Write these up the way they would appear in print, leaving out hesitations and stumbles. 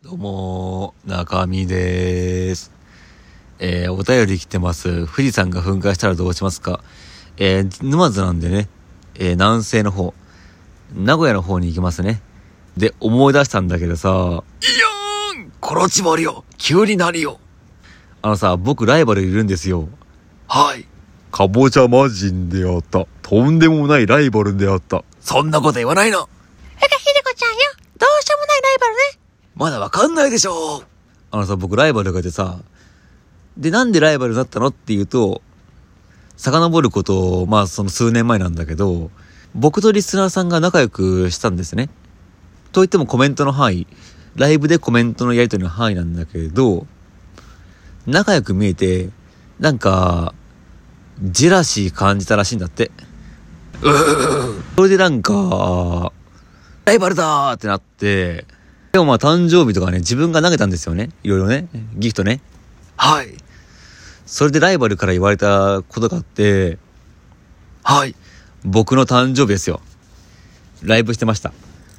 どうも中身です。お便り来てます。富士山が噴火したらどうしますか？沼津なんでね、南西の方、名古屋の方に行きますね。で、思い出したんだけどさ、いやーんコロチボリよ急になるよ。僕ライバルいるんですよ。はい。かぼちゃ魔人であった。とんでもないライバルであった。そんなこと言わないの。 ひでこちゃんよ。どうしようもないライバルね。 まだわかんないでしょ。僕ライバルがいてさ、で、なんでライバルだったのっていうと、遡ること、その数年前なんだけど、僕とリスナーさんが仲良くしたんですね。といってもコメントの範囲、ライブでコメントのやり取りの範囲なんだけど、仲良く見えて、ジェラシー感じたらしいんだって。それでライバルだーってなって、でも誕生日とかね、自分が投げたんですよね。いろいろね、ギフトね。はい。それでライバルから言われたことがあって、はい。僕の誕生日ですよ。ライブしてました。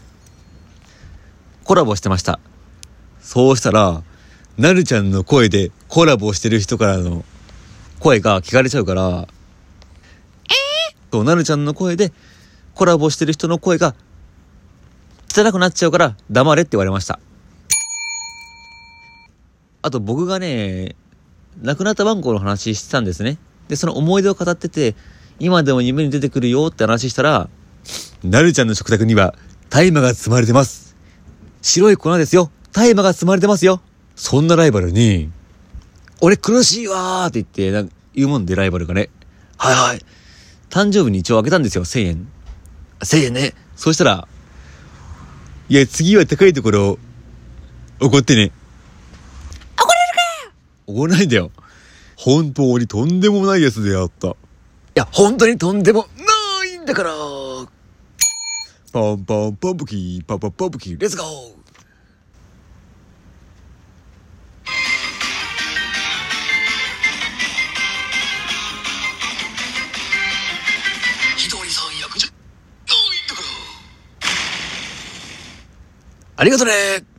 コラボしてました。そうしたら、なるちゃんの声でコラボしてる人からの声が聞かれちゃうから、なるちゃんの声でコラボしてる人の声が汚くなっちゃうから黙れって言われました。あと僕がね、亡くなったワンコの話してたんですね。で、その思い出を語ってて、今でも夢に出てくるよって話したら、なるちゃんの食卓には大麻が積まれてます。白い粉ですよ。大麻が積まれてますよ。そんなライバルに、俺苦しいわーって言うもんでライバルがね。はいはい。誕生日に一応あげたんですよ、1000円。1000円ね。そうしたら、いや、次は高いところ、怒ってね。 怒れるか。 怒らないんだよ。本当にとんでもないやつであった。いや、本当にとんでもないんだから。パンパンパンプキー、パンパンパンプキー、レッツゴー。ひとりさん役じゃないんだから。ありがとね。